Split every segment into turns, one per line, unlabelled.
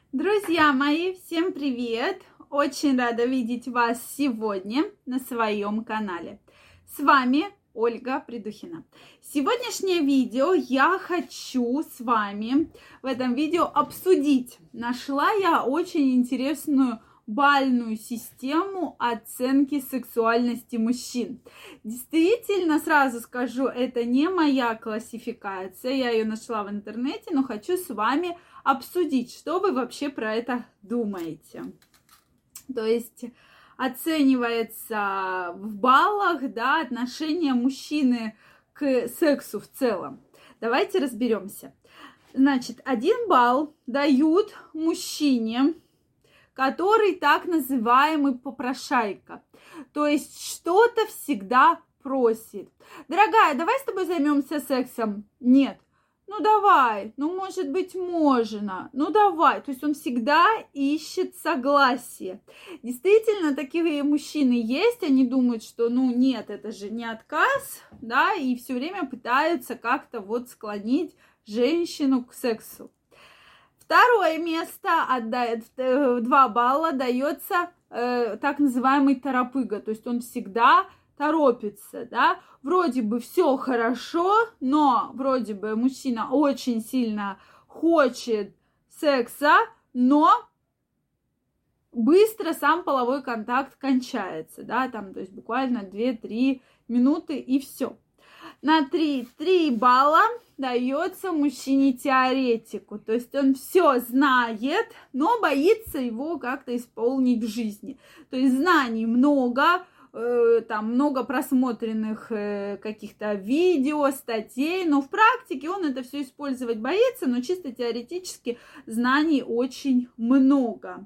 Друзья мои, всем привет! Очень рада видеть вас сегодня на своем канале. С вами Ольга Придухина. Сегодняшнее видео я хочу с вами в этом видео обсудить. Нашла я очень интересную бальную систему оценки сексуальности мужчин. Действительно, сразу скажу, это не моя классификация, я ее нашла в интернете, но хочу с вами обсудить, что вы вообще про это думаете. То есть оценивается в баллах, да, отношение мужчины к сексу в целом. Давайте разберемся. Значит, 1 балл дают мужчине, который так называемый попрошайка. То есть что-то всегда просит. Дорогая, давай с тобой займемся сексом. Нет. Ну давай, ну может быть можно, ну давай. То есть он всегда ищет согласие. Действительно, такие мужчины есть, они думают, что ну нет, это же не отказ, да, и все время пытаются как-то вот склонить женщину к сексу. Второе место отдает, 2 балла дается так называемый торопыга, то есть он всегда торопится, да, вроде бы все хорошо, но вроде бы мужчина очень сильно хочет секса, но быстро сам половой контакт кончается, да, там, то есть буквально 2-3 минуты и все. На 3 балла дается мужчине-теоретику, то есть он все знает, но боится его как-то исполнить в жизни. То есть знаний много, там много просмотренных каких-то видео, статей, но в практике он это все использовать боится, но чисто теоретически знаний очень много.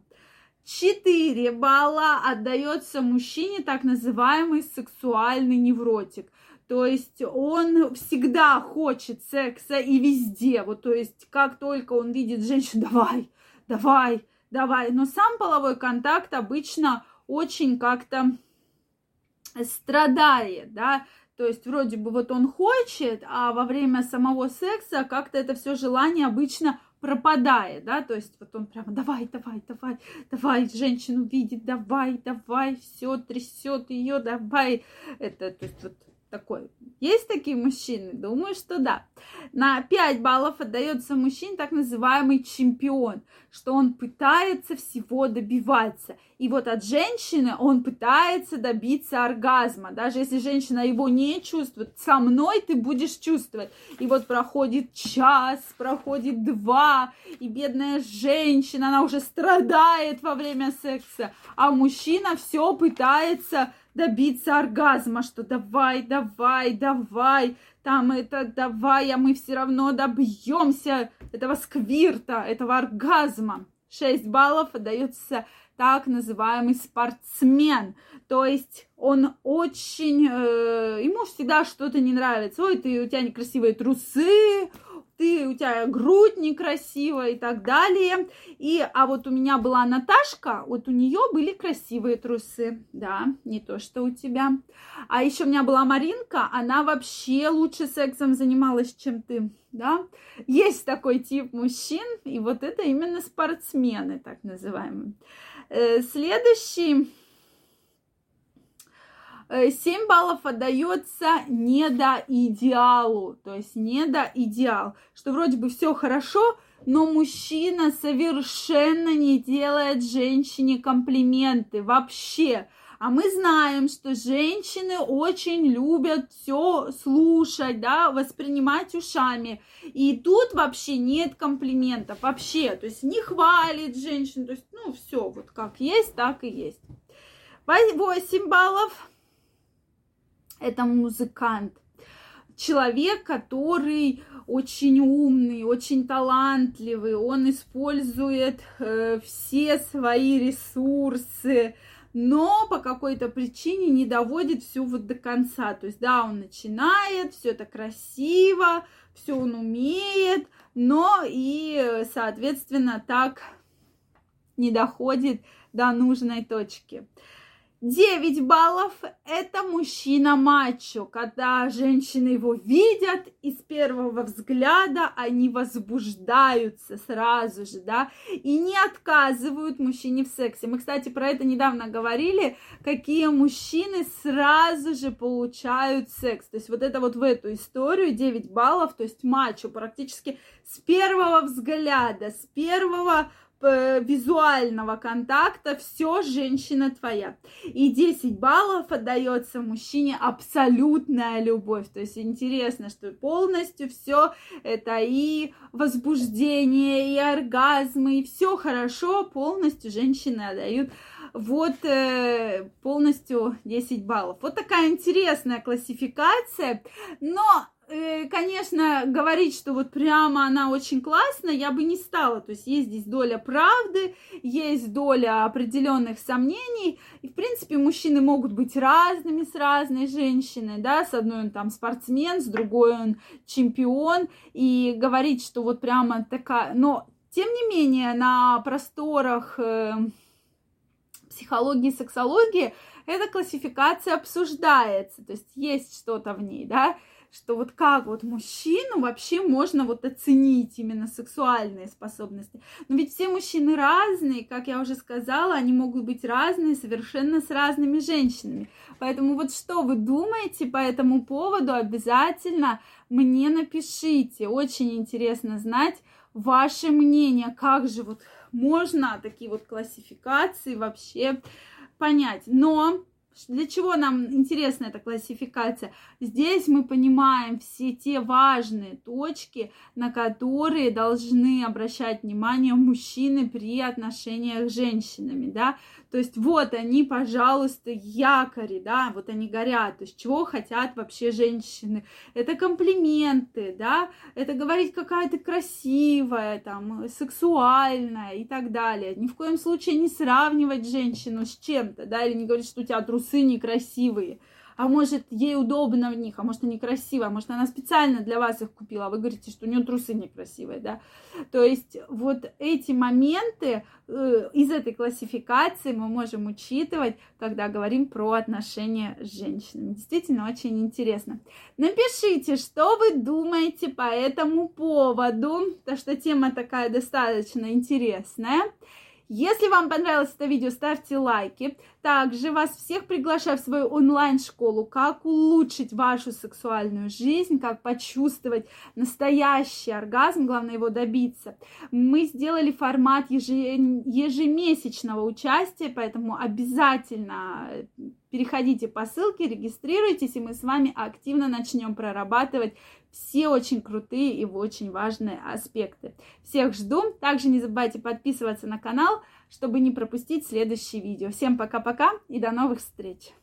4 балла отдается мужчине, так называемый сексуальный невротик. То есть он всегда хочет секса и везде. Вот, то есть как только он видит женщину, давай. Но сам половой контакт обычно очень как-то страдает, да. То есть вроде бы вот он хочет, а во время самого секса как-то это все желание обычно пропадает, да, то есть вот он прямо давай, женщину видит, давай, все трясет ее, давай, это, то есть вот такой. Есть такие мужчины? Думаю, что да. На 5 баллов отдается мужчине так называемый чемпион, что он пытается всего добиваться. И вот от женщины он пытается добиться оргазма. Даже если женщина его не чувствует, со мной ты будешь чувствовать. И вот проходит час, проходит 2, и бедная женщина, она уже страдает во время секса, а мужчина все пытается добиться оргазма, что давай, там это давай, а мы все равно добьемся этого сквирта, этого оргазма. 6 баллов отдается так называемый спортсмен. То есть он очень, ему всегда что-то не нравится. Ой, у тебя некрасивые трусы, у тебя грудь некрасивая и так далее. А вот у меня была Наташка, вот у нее были красивые трусы, да, не то, что у тебя. А еще у меня была Маринка, она вообще лучше сексом занималась, чем ты, да. Есть такой тип мужчин, и вот это именно спортсмены, так называемые. Следующий. 7 баллов отдается недоидеалу, то есть недоидеал, что вроде бы все хорошо, но мужчина совершенно не делает женщине комплименты вообще. А мы знаем, что женщины очень любят все слушать, да, воспринимать ушами. И тут вообще нет комплиментов, вообще. То есть не хвалит женщину, то есть, ну, все, вот как есть, так и есть. 8 баллов. Это музыкант. Человек, который очень умный, очень талантливый. Он использует все свои ресурсы, но по какой-то причине не доводит все вот до конца. То есть, да, он начинает, все это красиво, все он умеет, но и, соответственно, так не доходит до нужной точки. 9 баллов – это мужчина-мачо, когда женщины его видят, и с первого взгляда они возбуждаются сразу же, да, и не отказывают мужчине в сексе. Мы, кстати, про это недавно говорили, какие мужчины сразу же получают секс. То есть вот это вот в эту историю 9 баллов, то есть мачо практически с первого взгляда, с первого визуального контакта, все, женщина твоя. И 10 баллов отдается мужчине абсолютная любовь. То есть интересно, что полностью все это и возбуждение, и оргазмы, и все хорошо, полностью женщины отдают вот полностью 10 баллов. Вот такая интересная классификация, но конечно, говорить, что вот прямо она очень классная, я бы не стала. То есть есть здесь доля правды, есть доля определенных сомнений. И, в принципе, мужчины могут быть разными с разной женщиной, да, с одной он там спортсмен, с другой он чемпион. И говорить, что вот прямо такая... Но, тем не менее, на просторах психологии и сексологии эта классификация обсуждается. То есть что-то в ней, да, что вот как вот мужчину вообще можно вот оценить именно сексуальные способности. Но ведь все мужчины разные, как я уже сказала, они могут быть разные совершенно с разными женщинами. Поэтому вот что вы думаете по этому поводу, обязательно мне напишите. Очень интересно знать ваше мнение, как же вот можно такие вот классификации вообще понять. Но для чего нам интересна эта классификация? Здесь мы понимаем все те важные точки, на которые должны обращать внимание мужчины при отношениях с женщинами, да. То есть вот они, пожалуйста, якори, да, вот они горят. То есть чего хотят вообще женщины? Это комплименты, да, это говорить, какая ты красивая, там, сексуальная и так далее. Ни в коем случае не сравнивать женщину с чем-то, да, или не говорить, что у тебя трусы некрасивые. А может, ей удобно в них, а может, они красивые, а может, она специально для вас их купила, а вы говорите, что у нее трусы некрасивые, да. То есть вот эти моменты из этой классификации мы можем учитывать, когда говорим про отношения с женщинами. Действительно, очень интересно. Напишите, что вы думаете по этому поводу, потому что тема такая достаточно интересная. Если вам понравилось это видео, ставьте лайки. Также вас всех приглашаю в свою онлайн-школу, как улучшить вашу сексуальную жизнь, как почувствовать настоящий оргазм, главное его добиться. Мы сделали формат ежемесячного участия, поэтому обязательно переходите по ссылке, регистрируйтесь, и мы с вами активно начнем прорабатывать все очень крутые и очень важные аспекты. Всех жду. Также не забывайте подписываться на канал, чтобы не пропустить следующие видео. Всем пока-пока и до новых встреч!